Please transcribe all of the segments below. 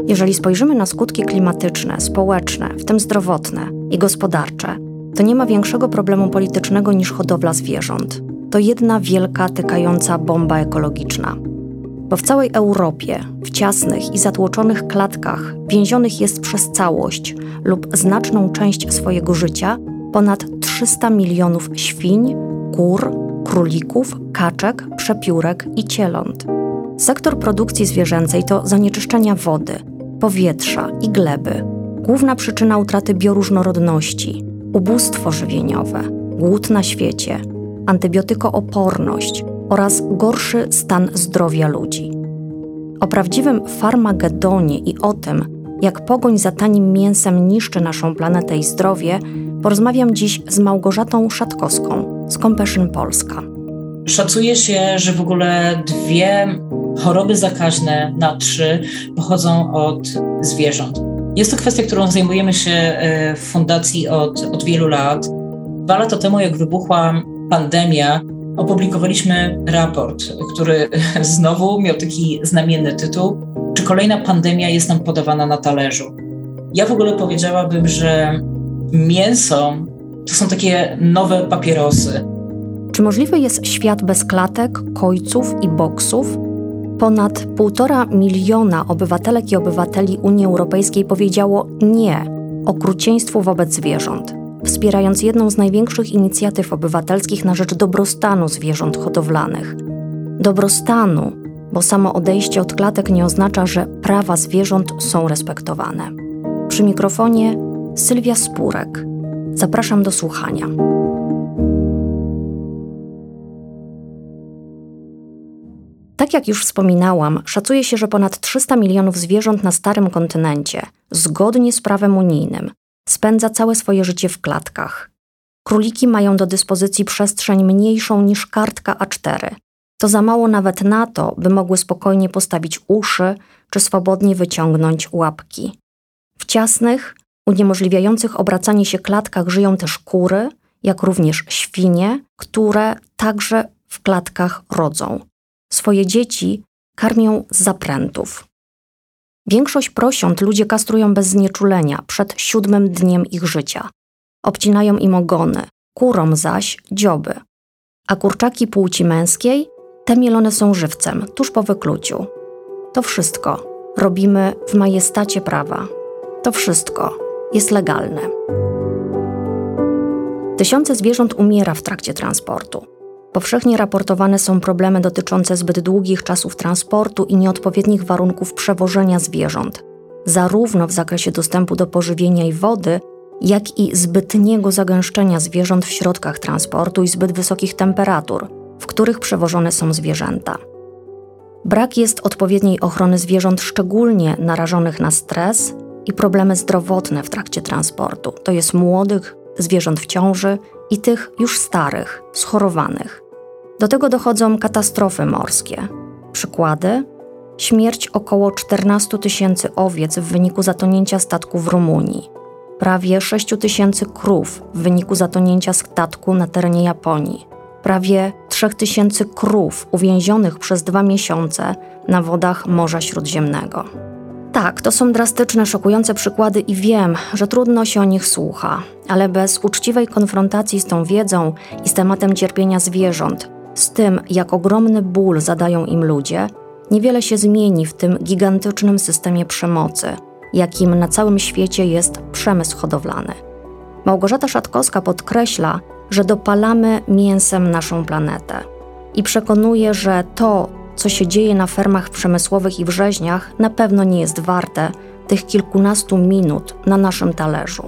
Jeżeli spojrzymy na skutki klimatyczne, społeczne, w tym zdrowotne i gospodarcze, to nie ma większego problemu politycznego niż hodowla zwierząt. To jedna wielka, tykająca bomba ekologiczna. Bo w całej Europie, w ciasnych i zatłoczonych klatkach więzionych jest przez całość lub znaczną część swojego życia ponad 300 milionów świń, kur, królików, kaczek, przepiórek i cieląt. Sektor produkcji zwierzęcej to zanieczyszczenia wody, powietrza i gleby, główna przyczyna utraty bioróżnorodności, ubóstwo żywieniowe, głód na świecie, antybiotykooporność oraz gorszy stan zdrowia ludzi. O prawdziwym farmagedonie i o tym, jak pogoń za tanim mięsem niszczy naszą planetę i zdrowie, porozmawiam dziś z Małgorzatą Szatkowską z Compassion Polska. Szacuje się, że w ogóle 2 choroby zakaźne na 3 pochodzą od zwierząt. Jest to kwestia, którą zajmujemy się w fundacji od wielu lat. 2 lata temu, jak wybuchła pandemia, opublikowaliśmy raport, który znowu miał taki znamienny tytuł: Czy kolejna pandemia jest nam podawana na talerzu? Ja w ogóle powiedziałabym, że mięso to są takie nowe papierosy. Czy możliwy jest świat bez klatek, kojców i boksów? Ponad 1,5 miliona obywatelek i obywateli Unii Europejskiej powiedziało nie okrucieństwu wobec zwierząt, wspierając jedną z największych inicjatyw obywatelskich na rzecz dobrostanu zwierząt hodowlanych. Dobrostanu, bo samo odejście od klatek nie oznacza, że prawa zwierząt są respektowane. Przy mikrofonie Sylwia Spurek. Zapraszam do słuchania. Tak jak już wspominałam, szacuje się, że ponad 300 milionów zwierząt na starym kontynencie, zgodnie z prawem unijnym, spędza całe swoje życie w klatkach. Króliki mają do dyspozycji przestrzeń mniejszą niż kartka A4. To za mało nawet na to, by mogły spokojnie postawić uszy czy swobodnie wyciągnąć łapki. W ciasnych, uniemożliwiających obracanie się klatkach żyją też kury, jak również świnie, które także w klatkach rodzą. Swoje dzieci karmią z zaprętów. Większość prosiąt ludzie kastrują bez znieczulenia przed 7. dniem ich życia. Obcinają im ogony, kurom zaś dzioby. A kurczaki płci męskiej, te mielone są żywcem, tuż po wykluciu. To wszystko robimy w majestacie prawa. To wszystko jest legalne. Tysiące zwierząt umiera w trakcie transportu. Powszechnie raportowane są problemy dotyczące zbyt długich czasów transportu i nieodpowiednich warunków przewożenia zwierząt, zarówno w zakresie dostępu do pożywienia i wody, jak i zbytniego zagęszczenia zwierząt w środkach transportu i zbyt wysokich temperatur, w których przewożone są zwierzęta. Brak jest odpowiedniej ochrony zwierząt szczególnie narażonych na stres i problemy zdrowotne w trakcie transportu, to jest młodych, zwierząt w ciąży i tych już starych, schorowanych. Do tego dochodzą katastrofy morskie. Przykłady: śmierć około 14 000 owiec w wyniku zatonięcia statku w Rumunii, prawie 6 000 krów w wyniku zatonięcia statku na terenie Japonii, prawie 3 000 krów uwięzionych przez 2 miesiące na wodach Morza Śródziemnego. Tak, to są drastyczne, szokujące przykłady i wiem, że trudno się o nich słucha, ale bez uczciwej konfrontacji z tą wiedzą i z tematem cierpienia zwierząt, z tym, jak ogromny ból zadają im ludzie, niewiele się zmieni w tym gigantycznym systemie przemocy, jakim na całym świecie jest przemysł hodowlany. Małgorzata Szatkowska podkreśla, że dopalamy mięsem naszą planetę i przekonuje, że to, co się dzieje na fermach przemysłowych i w rzeźniach, na pewno nie jest warte tych kilkunastu minut na naszym talerzu.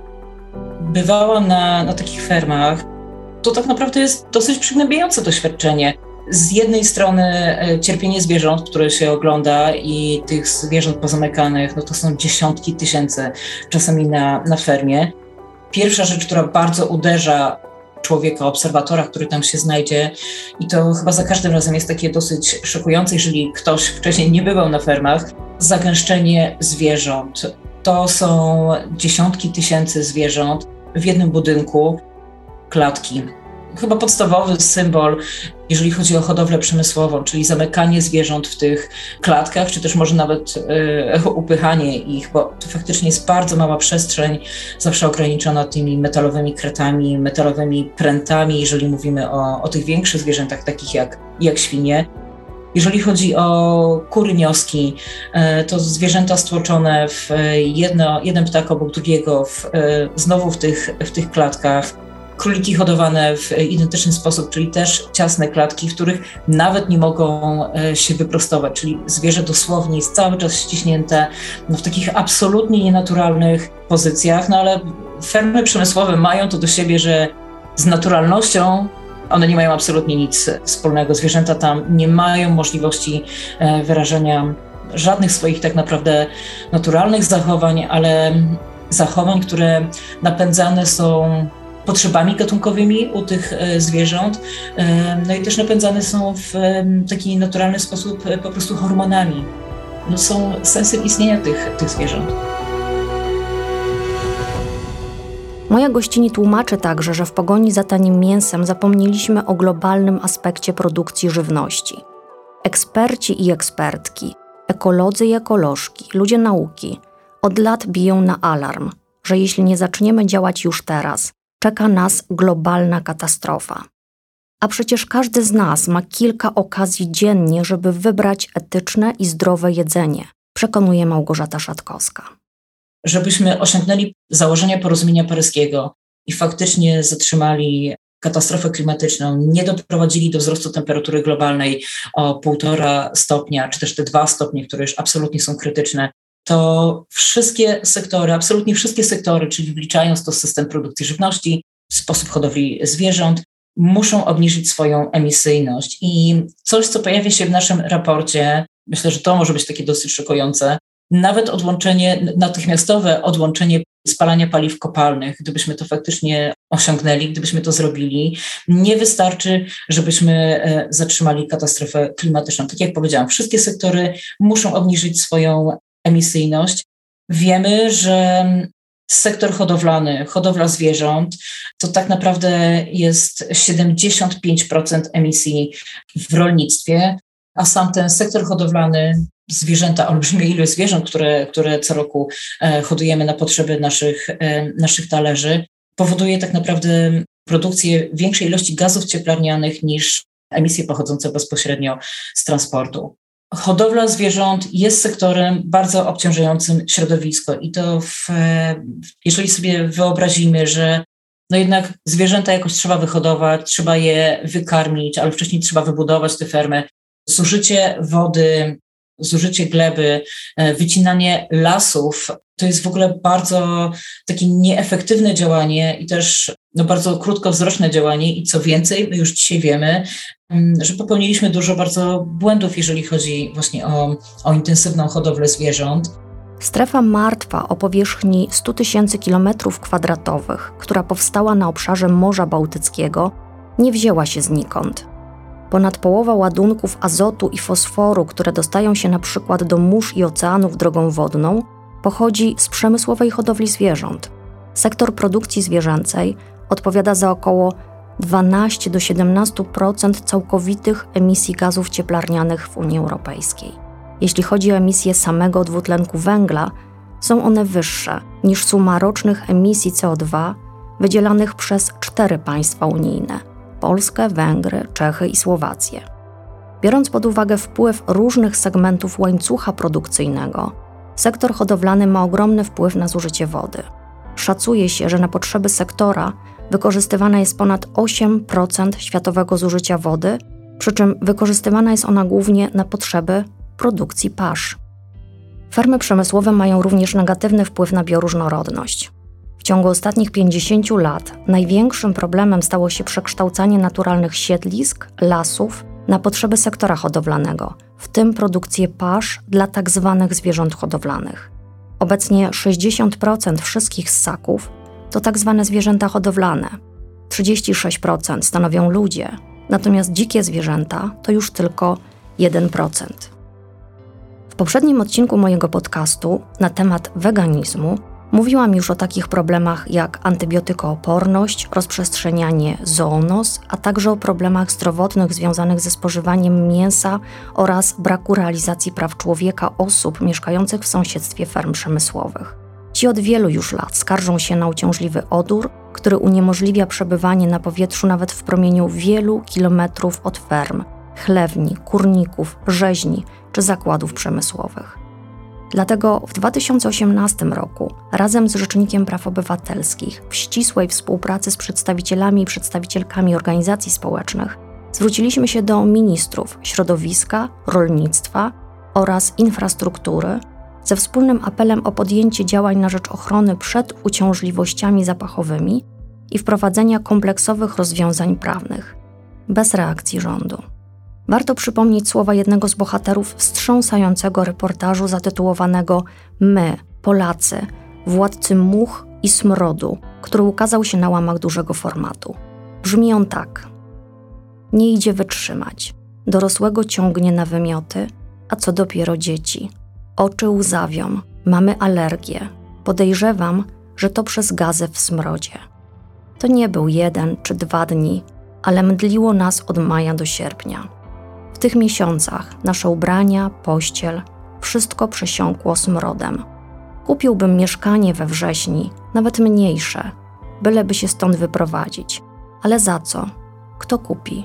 Bywałam na takich fermach. To tak naprawdę jest dosyć przygnębiające doświadczenie. Z jednej strony cierpienie zwierząt, które się ogląda i tych zwierząt pozamykanych, no to są dziesiątki tysięcy czasami na fermie. Pierwsza rzecz, która bardzo uderza człowieka, obserwatora, który tam się znajdzie, i to chyba za każdym razem jest takie dosyć szokujące, jeżeli ktoś wcześniej nie bywał na fermach, zagęszczenie zwierząt. To są dziesiątki tysięcy zwierząt w jednym budynku, klatki. chyba podstawowy symbol, jeżeli chodzi o hodowlę przemysłową, czyli zamykanie zwierząt w tych klatkach, czy też może nawet upychanie ich, bo to faktycznie jest bardzo mała przestrzeń, zawsze ograniczona tymi metalowymi kretami, metalowymi prętami, jeżeli mówimy o tych większych zwierzętach, takich jak świnie. Jeżeli chodzi o kury, nioski, to zwierzęta stłoczone w jeden ptak obok drugiego, znowu w tych klatkach. Króliki hodowane w identyczny sposób, czyli też ciasne klatki, w których nawet nie mogą się wyprostować, czyli zwierzę dosłownie jest cały czas ściśnięte w takich absolutnie nienaturalnych pozycjach, ale fermy przemysłowe mają to do siebie, że z naturalnością one nie mają absolutnie nic wspólnego. Zwierzęta tam nie mają możliwości wyrażenia żadnych swoich tak naprawdę naturalnych zachowań, ale zachowań, które napędzane są potrzebami gatunkowymi u tych zwierząt, no i też napędzane są w taki naturalny sposób po prostu hormonami. No są sensem istnienia tych zwierząt. Moja gościni tłumaczy także, że w pogoni za tanim mięsem zapomnieliśmy o globalnym aspekcie produkcji żywności. Eksperci i ekspertki, ekolodzy i ekolożki, ludzie nauki od lat biją na alarm, że jeśli nie zaczniemy działać już teraz, czeka nas globalna katastrofa. A przecież każdy z nas ma kilka okazji dziennie, żeby wybrać etyczne i zdrowe jedzenie, przekonuje Małgorzata Szatkowska. Żebyśmy osiągnęli założenia porozumienia paryskiego i faktycznie zatrzymali katastrofę klimatyczną, nie doprowadzili do wzrostu temperatury globalnej o 1,5 stopnia, czy też te 2 stopnie, które już absolutnie są krytyczne, to wszystkie sektory, absolutnie wszystkie sektory, czyli wliczając to system produkcji żywności, sposób hodowli zwierząt, muszą obniżyć swoją emisyjność. I coś, co pojawia się w naszym raporcie, myślę, że to może być takie dosyć szokujące, nawet natychmiastowe odłączenie spalania paliw kopalnych, gdybyśmy to faktycznie osiągnęli, gdybyśmy to zrobili, nie wystarczy, żebyśmy zatrzymali katastrofę klimatyczną. Tak jak powiedziałam, wszystkie sektory muszą obniżyć swoją emisyjność. Wiemy, że sektor hodowlany, hodowla zwierząt, to tak naprawdę jest 75% emisji w rolnictwie, a sam ten sektor hodowlany, zwierzęta, olbrzymia ilość zwierząt, które co roku hodujemy na potrzeby naszych talerzy, powoduje tak naprawdę produkcję większej ilości gazów cieplarnianych niż emisje pochodzące bezpośrednio z transportu. Hodowla zwierząt jest sektorem bardzo obciążającym środowisko i to jeżeli sobie wyobrazimy, że no jednak zwierzęta jakoś trzeba wyhodować, trzeba je wykarmić, ale wcześniej trzeba wybudować te fermy, zużycie wody, zużycie gleby, wycinanie lasów, to jest w ogóle bardzo takie nieefektywne działanie i też bardzo krótkowzroczne działanie i co więcej, my już dzisiaj wiemy, że popełniliśmy dużo bardzo błędów, jeżeli chodzi właśnie o intensywną hodowlę zwierząt. Strefa martwa o powierzchni 100 000 km², która powstała na obszarze Morza Bałtyckiego, nie wzięła się znikąd. Ponad połowa ładunków azotu i fosforu, które dostają się na przykład do mórz i oceanów drogą wodną, pochodzi z przemysłowej hodowli zwierząt. Sektor produkcji zwierzęcej odpowiada za około 12-17% całkowitych emisji gazów cieplarnianych w Unii Europejskiej. Jeśli chodzi o emisję samego dwutlenku węgla, są one wyższe niż suma rocznych emisji CO2 wydzielanych przez 4 państwa unijne – Polskę, Węgry, Czechy i Słowację. Biorąc pod uwagę wpływ różnych segmentów łańcucha produkcyjnego, sektor hodowlany ma ogromny wpływ na zużycie wody. Szacuje się, że na potrzeby sektora wykorzystywana jest ponad 8% światowego zużycia wody, przy czym wykorzystywana jest ona głównie na potrzeby produkcji pasz. Fermy przemysłowe mają również negatywny wpływ na bioróżnorodność. W ciągu ostatnich 50 lat największym problemem stało się przekształcanie naturalnych siedlisk, lasów na potrzeby sektora hodowlanego, w tym produkcję pasz dla tzw. zwierząt hodowlanych. Obecnie 60% wszystkich ssaków to tzw. zwierzęta hodowlane, 36% stanowią ludzie, natomiast dzikie zwierzęta to już tylko 1%. W poprzednim odcinku mojego podcastu na temat weganizmu Mówiłam już o takich problemach jak antybiotykooporność, rozprzestrzenianie zoonoz, a także o problemach zdrowotnych związanych ze spożywaniem mięsa oraz braku realizacji praw człowieka osób mieszkających w sąsiedztwie ferm przemysłowych. Ci od wielu już lat skarżą się na uciążliwy odór, który uniemożliwia przebywanie na powietrzu nawet w promieniu wielu kilometrów od ferm, chlewni, kurników, rzeźni czy zakładów przemysłowych. Dlatego w 2018 roku razem z Rzecznikiem Praw Obywatelskich w ścisłej współpracy z przedstawicielami i przedstawicielkami organizacji społecznych zwróciliśmy się do ministrów środowiska, rolnictwa oraz infrastruktury ze wspólnym apelem o podjęcie działań na rzecz ochrony przed uciążliwościami zapachowymi i wprowadzenia kompleksowych rozwiązań prawnych. Bez reakcji rządu. Warto przypomnieć słowa jednego z bohaterów wstrząsającego reportażu zatytułowanego „My, Polacy, władcy much i smrodu”, który ukazał się na łamach dużego formatu. Brzmi on tak. Nie idzie wytrzymać. Dorosłego ciągnie na wymioty, a co dopiero dzieci. Oczy łzawią, mamy alergię. Podejrzewam, że to przez gazy w smrodzie. To nie był 1 czy 2 dni, ale mdliło nas od maja do sierpnia. W tych miesiącach nasze ubrania, pościel, wszystko przesiąkło smrodem. Kupiłbym mieszkanie we wrześni, nawet mniejsze, byleby się stąd wyprowadzić. Ale za co? Kto kupi?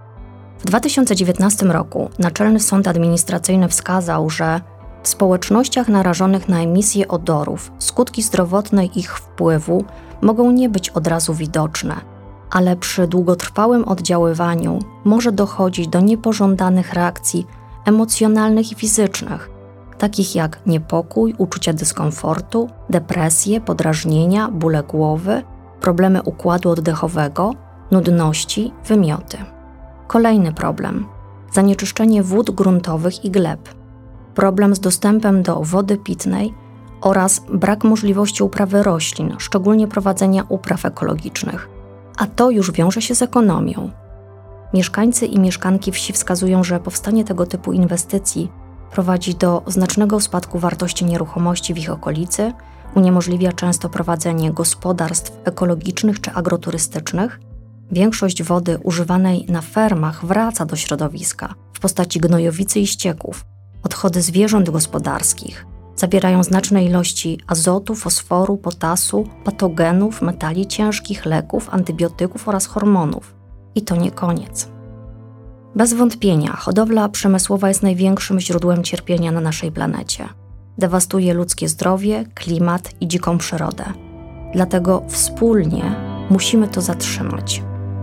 W 2019 roku Naczelny Sąd Administracyjny wskazał, że w społecznościach narażonych na emisję odorów skutki zdrowotne ich wpływu mogą nie być od razu widoczne, ale przy długotrwałym oddziaływaniu może dochodzić do niepożądanych reakcji emocjonalnych i fizycznych, takich jak niepokój, uczucie dyskomfortu, depresje, podrażnienia, bóle głowy, problemy układu oddechowego, nudności, wymioty. Kolejny problem – zanieczyszczenie wód gruntowych i gleb, problem z dostępem do wody pitnej oraz brak możliwości uprawy roślin, szczególnie prowadzenia upraw ekologicznych. A to już wiąże się z ekonomią. Mieszkańcy i mieszkanki wsi wskazują, że powstanie tego typu inwestycji prowadzi do znacznego spadku wartości nieruchomości w ich okolicy, uniemożliwia często prowadzenie gospodarstw ekologicznych czy agroturystycznych. Większość wody używanej na fermach wraca do środowiska w postaci gnojowicy i ścieków. Odchody zwierząt gospodarskich zawierają znaczne ilości azotu, fosforu, potasu, patogenów, metali ciężkich, leków, antybiotyków oraz hormonów. I to nie koniec. Bez wątpienia hodowla przemysłowa jest największym źródłem cierpienia na naszej planecie. Dewastuje ludzkie zdrowie, klimat i dziką przyrodę. Dlatego wspólnie musimy to zatrzymać.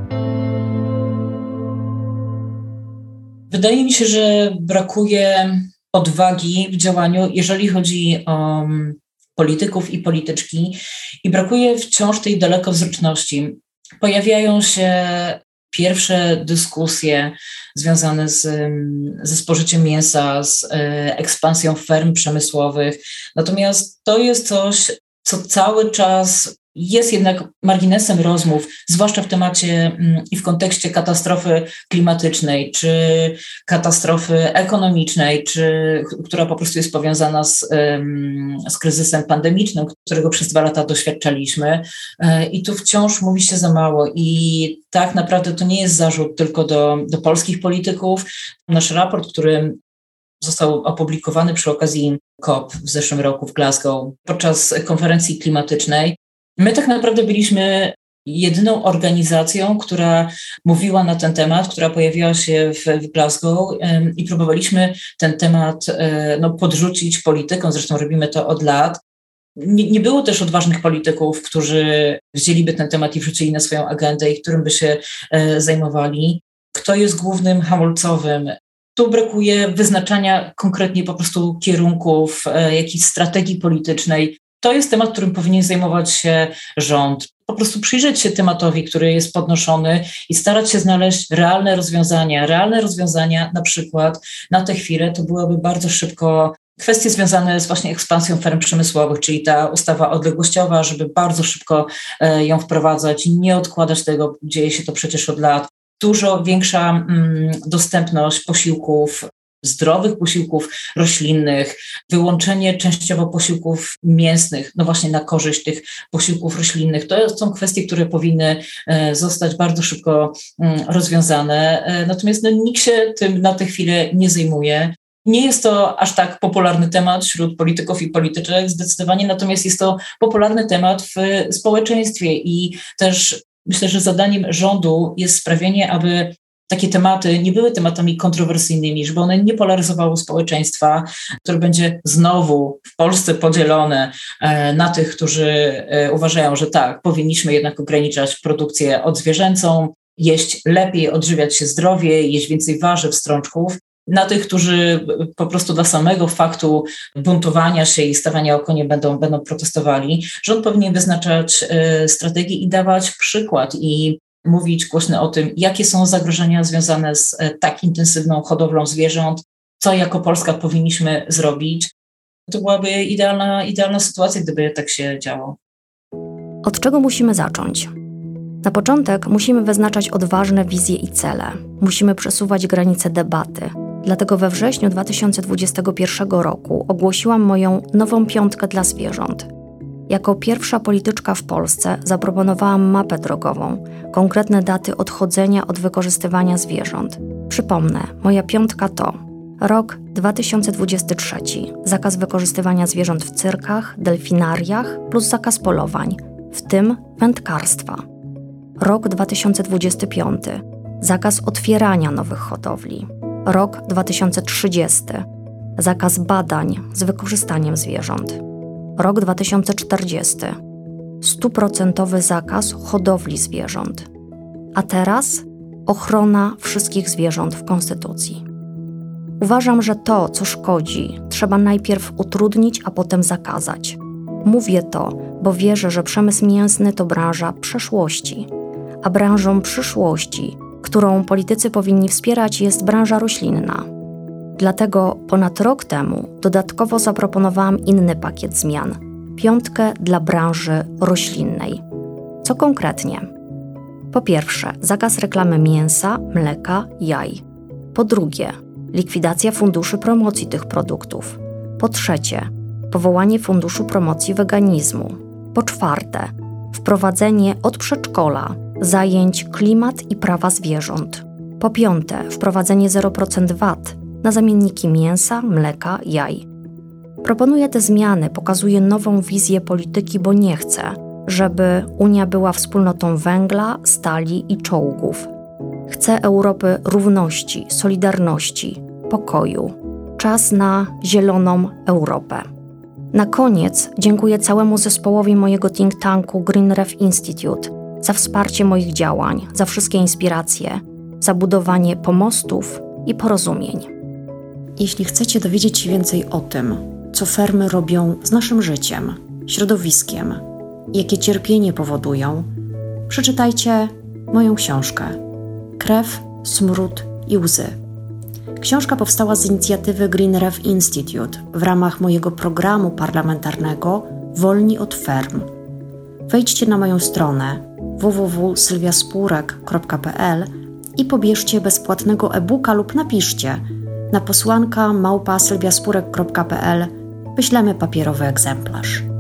Wydaje mi się, że brakuje odwagi w działaniu, jeżeli chodzi o polityków i polityczki, i brakuje wciąż tej dalekowzroczności. Pojawiają się pierwsze dyskusje związane ze spożyciem mięsa, z ekspansją ferm przemysłowych, natomiast to jest coś, co cały czas jest jednak marginesem rozmów, zwłaszcza w temacie i w kontekście katastrofy klimatycznej, czy katastrofy ekonomicznej, która po prostu jest powiązana z kryzysem pandemicznym, którego przez 2 lata doświadczaliśmy. I tu wciąż mówi się za mało. I tak naprawdę to nie jest zarzut tylko do polskich polityków. Nasz raport, który został opublikowany przy okazji COP w zeszłym roku w Glasgow podczas konferencji klimatycznej. My tak naprawdę byliśmy jedyną organizacją, która mówiła na ten temat, która pojawiła się w Glasgow i próbowaliśmy ten temat podrzucić politykom, zresztą robimy to od lat. Nie było też odważnych polityków, którzy wzięliby ten temat i wrzucili na swoją agendę i którym by się zajmowali. Kto jest głównym hamulcowym? Tu brakuje wyznaczania konkretnie po prostu kierunków, jakiejś strategii politycznej. To jest temat, którym powinien zajmować się rząd. Po prostu przyjrzeć się tematowi, który jest podnoszony i starać się znaleźć realne rozwiązania. Realne rozwiązania na przykład na tę chwilę to byłoby bardzo szybko kwestie związane z właśnie ekspansją ferm przemysłowych, czyli ta ustawa odległościowa, żeby bardzo szybko ją wprowadzać i nie odkładać tego, dzieje się to przecież od lat. Dużo większa dostępność posiłków zdrowych posiłków roślinnych, wyłączenie częściowo posiłków mięsnych, no właśnie na korzyść tych posiłków roślinnych. To są kwestie, które powinny zostać bardzo szybko rozwiązane. Natomiast nikt się tym na tę chwilę nie zajmuje. Nie jest to aż tak popularny temat wśród polityków i polityczek zdecydowanie, natomiast jest to popularny temat w społeczeństwie i też myślę, że zadaniem rządu jest sprawienie, aby takie tematy nie były tematami kontrowersyjnymi, żeby one nie polaryzowały społeczeństwa, które będzie znowu w Polsce podzielone na tych, którzy uważają, że tak, powinniśmy jednak ograniczać produkcję odzwierzęcą, jeść lepiej, odżywiać się zdrowiej, jeść więcej warzyw, strączków, na tych, którzy po prostu dla samego faktu buntowania się i stawania o konie będą protestowali. Rząd powinien wyznaczać strategię i dawać przykład i mówić głośno o tym, jakie są zagrożenia związane z tak intensywną hodowlą zwierząt, co jako Polska powinniśmy zrobić. To byłaby idealna sytuacja, gdyby tak się działo. Od czego musimy zacząć? Na początek musimy wyznaczać odważne wizje i cele. Musimy przesuwać granice debaty. Dlatego we wrześniu 2021 roku ogłosiłam moją nową piątkę dla zwierząt. Jako pierwsza polityczka w Polsce zaproponowałam mapę drogową, konkretne daty odchodzenia od wykorzystywania zwierząt. Przypomnę, moja piątka to rok 2023, zakaz wykorzystywania zwierząt w cyrkach, delfinariach plus zakaz polowań, w tym wędkarstwa. Rok 2025, zakaz otwierania nowych hodowli. Rok 2030, zakaz badań z wykorzystaniem zwierząt. Rok 2040, 100% zakaz hodowli zwierząt. A teraz ochrona wszystkich zwierząt w Konstytucji. Uważam, że to, co szkodzi, trzeba najpierw utrudnić, a potem zakazać. Mówię to, bo wierzę, że przemysł mięsny to branża przeszłości, a branżą przyszłości, którą politycy powinni wspierać, jest branża roślinna. Dlatego ponad rok temu dodatkowo zaproponowałam inny pakiet zmian – piątkę dla branży roślinnej. Co konkretnie? Po pierwsze, zakaz reklamy mięsa, mleka, jaj. Po drugie, likwidacja funduszy promocji tych produktów. Po trzecie, powołanie funduszu promocji weganizmu. Po czwarte, wprowadzenie od przedszkola zajęć klimat i prawa zwierząt. Po piąte, wprowadzenie 0% VAT na zamienniki mięsa, mleka, jaj. Proponuję te zmiany, pokazuję nową wizję polityki, bo nie chcę, żeby Unia była wspólnotą węgla, stali i czołgów. Chcę Europy równości, solidarności, pokoju. Czas na zieloną Europę. Na koniec dziękuję całemu zespołowi mojego think tanku Green Ref Institute za wsparcie moich działań, za wszystkie inspiracje, za budowanie pomostów i porozumień. Jeśli chcecie dowiedzieć się więcej o tym, co fermy robią z naszym życiem, środowiskiem, jakie cierpienie powodują, przeczytajcie moją książkę Krew, smród i łzy. Książka powstała z inicjatywy Green Ref Institute w ramach mojego programu parlamentarnego Wolni od ferm. Wejdźcie na moją stronę www.sylwiaspurek.pl i pobierzcie bezpłatnego e-booka lub napiszcie na posłanka@sylwiaspurek.pl. Wyślemy papierowy egzemplarz.